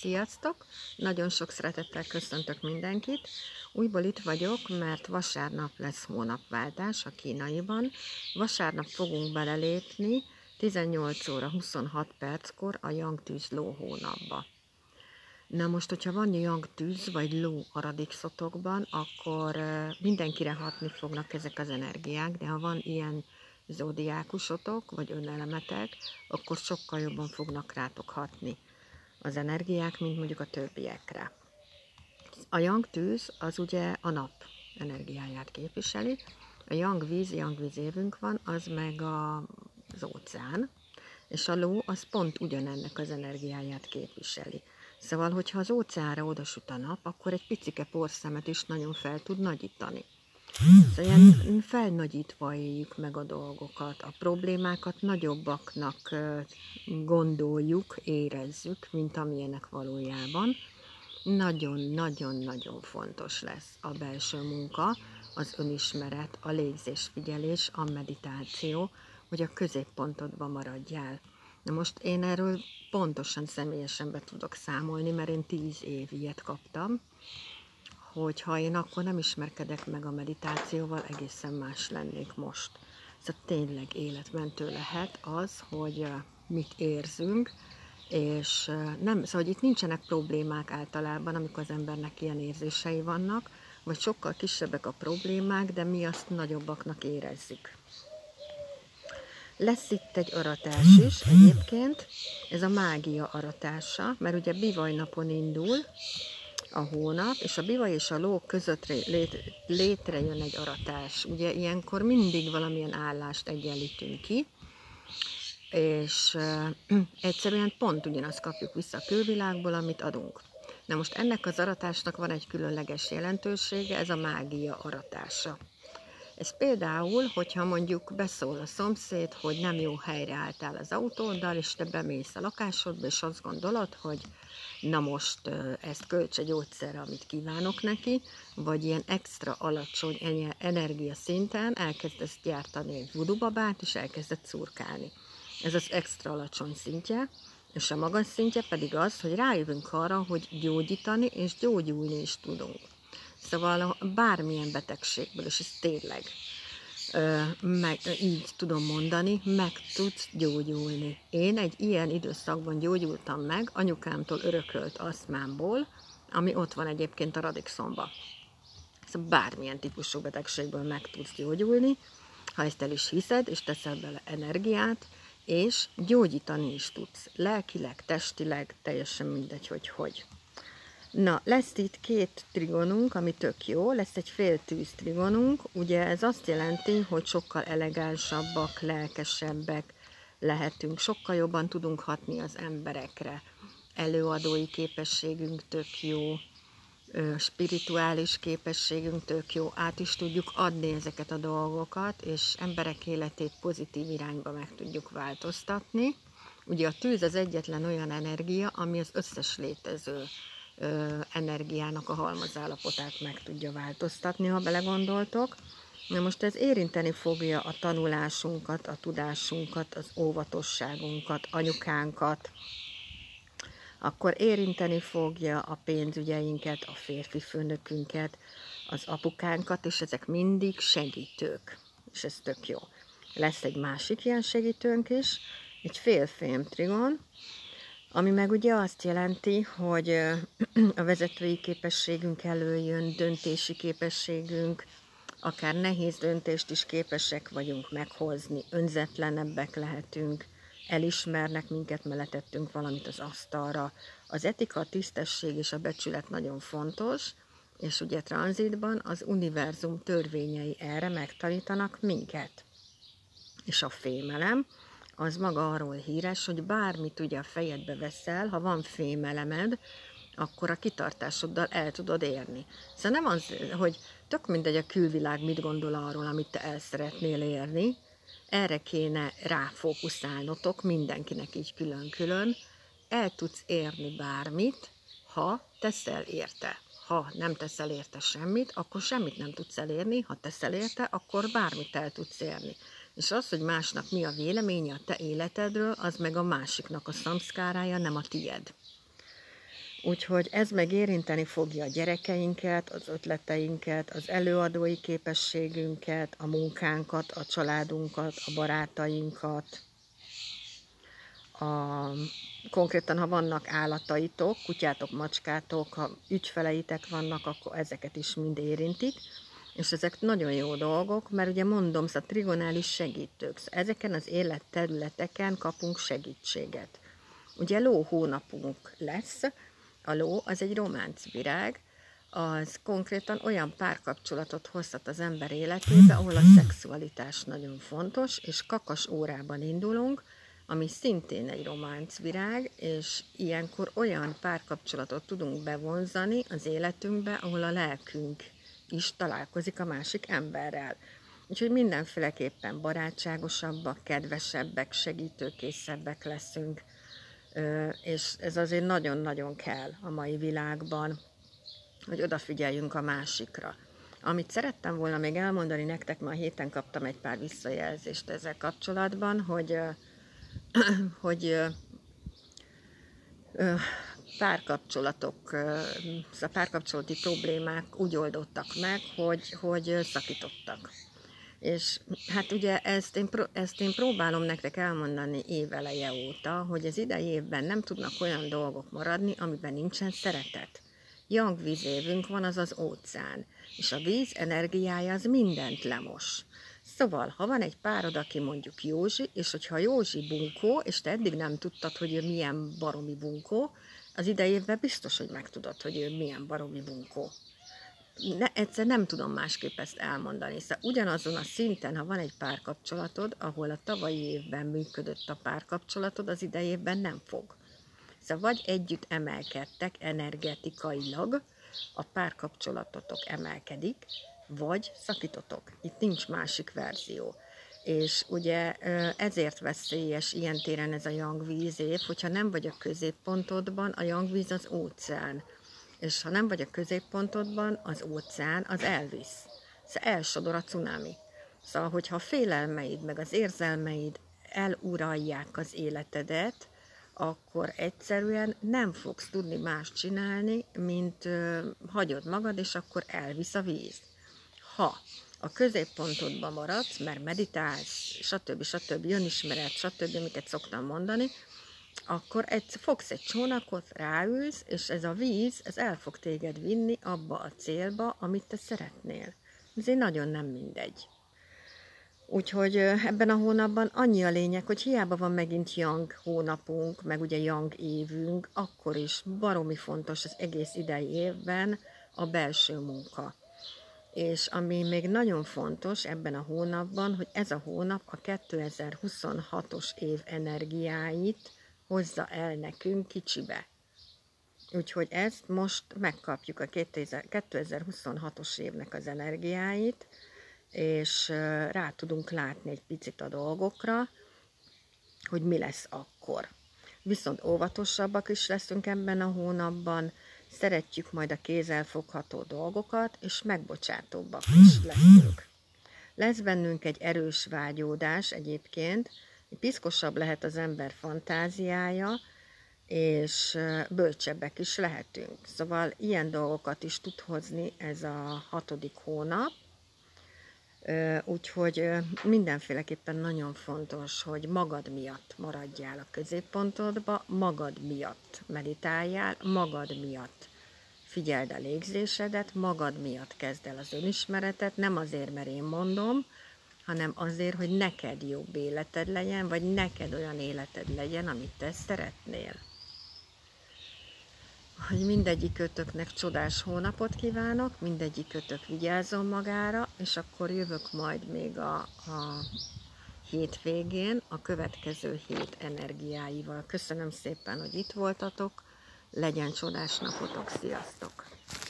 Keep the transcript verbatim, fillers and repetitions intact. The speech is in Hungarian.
Sziasztok! Nagyon sok szeretettel köszöntök mindenkit. Újból itt vagyok, mert vasárnap lesz hónapváltás a kínaiban. Vasárnap fogunk belelépni tizennyolc óra huszonhat perckor a Yang tűz ló hónapba. Na most, hogyha van Yang tűz vagy ló a radikszotokban, akkor mindenkire hatni fognak ezek az energiák, de ha van ilyen zódiákusotok vagy önelemetek, akkor sokkal jobban fognak rátok hatni az energiák, mint mondjuk a többiekre. A Yang tűz az ugye a nap energiáját képviseli, a Yang víz, Yang víz évünk van, az meg a, az óceán, és a ló az pont ugyanennek az energiáját képviseli. Szóval, hogyha az óceánra odasüt a nap, akkor egy picike porszemet is nagyon fel tud nagyítani. Szóval ilyen felnagyítva éljük meg a dolgokat, a problémákat nagyobbaknak gondoljuk, érezzük, mint amilyenek valójában. Nagyon-nagyon-nagyon fontos lesz a belső munka, az önismeret, a légzésfigyelés, a meditáció, hogy a középpontodban maradjál. Na most én erről pontosan személyesen be tudok számolni, mert én tíz év ilyet kaptam, hogy ha én akkor nem ismerkedek meg a meditációval, egészen más lennék most. Szóval tényleg életmentő lehet az, hogy mit érzünk, és nem, szóval hogy itt nincsenek problémák általában, amikor az embernek ilyen érzései vannak, vagy sokkal kisebbek a problémák, de mi azt nagyobbaknak érezzük. Lesz itt egy aratás is egyébként, ez a mágia aratása, mert ugye bivaj napon indul a hónap, és a bivaj és a ló között létrejön egy aratás. Ugye ilyenkor mindig valamilyen állást egyenlítünk ki, és egyszerűen pont ugyanazt kapjuk vissza a külvilágból, amit adunk. Na most ennek az aratásnak van egy különleges jelentősége, ez a mágia aratása. Ez például, hogyha mondjuk beszól a szomszéd, hogy nem jó helyre álltál az autóddal, és te bemész a lakásodba, és azt gondolod, hogy na most ezt költs egy gyógyszerre, amit kívánok neki, vagy ilyen extra alacsony energia szinten elkezdesz gyártani egy vudubabát, és elkezded szurkálni. Ez az extra alacsony szintje, és a magas szintje pedig az, hogy rájövünk arra, hogy gyógyítani és gyógyulni is tudunk. Szóval bármilyen betegségből, és ez tényleg meg, így tudom mondani, meg tudsz gyógyulni. Én egy ilyen időszakban gyógyultam meg, anyukámtól örökölt asztmámból, ami ott van egyébként a radikszomba. Szóval bármilyen típusú betegségből meg tudsz gyógyulni, ha ezt el is hiszed, és teszel bele energiát, és gyógyítani is tudsz. Lelkileg, testileg, teljesen mindegy, hogy hogy. Na, lesz itt két trigonunk, ami tök jó, lesz egy fél tűz trigonunk, ugye ez azt jelenti, hogy sokkal elegánsabbak, lelkesebbek lehetünk, sokkal jobban tudunk hatni az emberekre, előadói képességünk tök jó, spirituális képességünk tök jó, át is tudjuk adni ezeket a dolgokat, és emberek életét pozitív irányba meg tudjuk változtatni. Ugye a tűz az egyetlen olyan energia, ami az összes létező energiának a halmazállapotát meg tudja változtatni, ha belegondoltok. Na most ez érinteni fogja a tanulásunkat, a tudásunkat, az óvatosságunkat, anyukánkat, akkor érinteni fogja a pénzügyeinket, a férfi főnökünket, az apukánkat, és ezek mindig segítők, és ez tök jó. Lesz egy másik ilyen segítőnk is, egy félfém trigon, ami meg ugye azt jelenti, hogy a vezetői képességünk előjön, döntési képességünk, akár nehéz döntést is képesek vagyunk meghozni, önzetlenebbek lehetünk, elismernek minket, mert letettünk valamit az asztalra. Az etika, a tisztesség és a becsület nagyon fontos, és ugye tranzitban az univerzum törvényei erre megtanítanak minket. És a fémelem, az maga arról híres, hogy bármit ugye a fejedbe veszel, ha van fémelemed, akkor a kitartásoddal el tudod érni. Szóval nem az, hogy tök mindegy a külvilág mit gondol arról, amit te el szeretnél érni, erre kéne ráfókuszálnotok, mindenkinek így külön-külön, el tudsz érni bármit, ha teszel érte. Ha nem teszel érte semmit, akkor semmit nem tudsz elérni, ha teszel érte, akkor bármit el tudsz érni. És az, hogy másnak mi a véleménye a te életedről, az meg a másiknak a szamszkárája, nem a tied. Úgyhogy ez meg érinteni fogja a gyerekeinket, az ötleteinket, az előadói képességünket, a munkánkat, a családunkat, a barátainkat. A, konkrétan, ha vannak állataitok, kutyátok, macskátok, ha ügyfeleitek vannak, akkor ezeket is mind érintik. És ezek nagyon jó dolgok, mert ugye mondom, szóval trigonális segítők. Szóval ezeken az életterületeken kapunk segítséget. Ugye ló hónapunk lesz. A ló az egy románcvirág, az konkrétan olyan párkapcsolatot hozhat az ember életébe, ahol a szexualitás nagyon fontos, és kakas órában indulunk, ami szintén egy románcvirág, és ilyenkor olyan párkapcsolatot tudunk bevonzani az életünkbe, ahol a lelkünk is találkozik a másik emberrel. Úgyhogy mindenféleképpen barátságosabbak, kedvesebbek, segítőkészebbek leszünk, és ez azért nagyon-nagyon kell a mai világban, hogy odafigyeljünk a másikra. Amit szerettem volna még elmondani nektek, ma a héten kaptam egy pár visszajelzést ezzel kapcsolatban, hogy, hogy párkapcsolatok, a párkapcsolati problémák úgy oldottak meg, hogy, hogy szakítottak. És hát ugye ezt én, ezt én próbálom nektek elmondani éveleje óta, hogy az idei évben nem tudnak olyan dolgok maradni, amiben nincsen szeretet. Yang vízévünk van, az az óceán, és a víz energiája az mindent lemos. Szóval, ha van egy párod, aki mondjuk Józsi, és hogyha Józsi bunkó, és te eddig nem tudtad, hogy ő milyen baromi bunkó, az idei évben biztos, hogy megtudod, hogy ő milyen baromi bunkó. Ne, egyszer nem tudom másképp ezt elmondani. Szóval ugyanazon a szinten, ha van egy párkapcsolatod, ahol a tavalyi évben működött a párkapcsolatod, az idei évben nem fog. Szóval vagy együtt emelkedtek energetikailag, a párkapcsolatotok emelkedik, vagy szakítotok. Itt nincs másik verzió. És ugye ezért veszélyes ilyen téren ez a Yang vízév, hogyha nem vagy a középpontodban, a Yang víz az óceán. És ha nem vagy a középpontodban, az óceán az elvisz. Szóval elsodor a cunami. Szóval, hogyha a félelmeid, meg az érzelmeid eluralják az életedet, akkor egyszerűen nem fogsz tudni más csinálni, mint ö, hagyod magad, és akkor elvisz a víz. Ha a középpontodban maradsz, mert meditálsz, stb. stb. Önismeret, stb. Amiket szoktam mondani, akkor egy, fogsz egy csónakot, ráülsz, és ez a víz, ez el fog téged vinni abba a célba, amit te szeretnél. Ezért nagyon nem mindegy. Úgyhogy ebben a hónapban annyi a lényeg, hogy hiába van megint Yang hónapunk, meg ugye Yang évünk, akkor is baromi fontos az egész idei évben a belső munka. És ami még nagyon fontos ebben a hónapban, hogy ez a hónap a kétezer-huszonhatos év energiáit hozza el nekünk kicsibe. Úgyhogy ezt most megkapjuk a kétezer-huszonhatos évnek az energiáit, és rá tudunk látni egy picit a dolgokra, hogy mi lesz akkor. Viszont óvatosabbak is leszünk ebben a hónapban, szeretjük majd a kézzelfogható dolgokat, és megbocsátóbbak is leszünk. Lesz bennünk egy erős vágyódás egyébként, piszkosabb lehet az ember fantáziája, és bölcsebbek is lehetünk. Szóval ilyen dolgokat is tud hozni ez a hatodik hónap, úgyhogy mindenféleképpen nagyon fontos, hogy magad miatt maradjál a középpontodba, magad miatt meditáljál, magad miatt figyeld a légzésedet, magad miatt kezd el az önismeretet, nem azért, mert én mondom, hanem azért, hogy neked jobb életed legyen, vagy neked olyan életed legyen, amit te szeretnél. Hogy mindegyikötöknek csodás hónapot kívánok, mindegyikötök vigyázzon magára, és akkor jövök majd még a, a hétvégén a következő hét energiáival. Köszönöm szépen, hogy itt voltatok, legyen csodás napotok, sziasztok!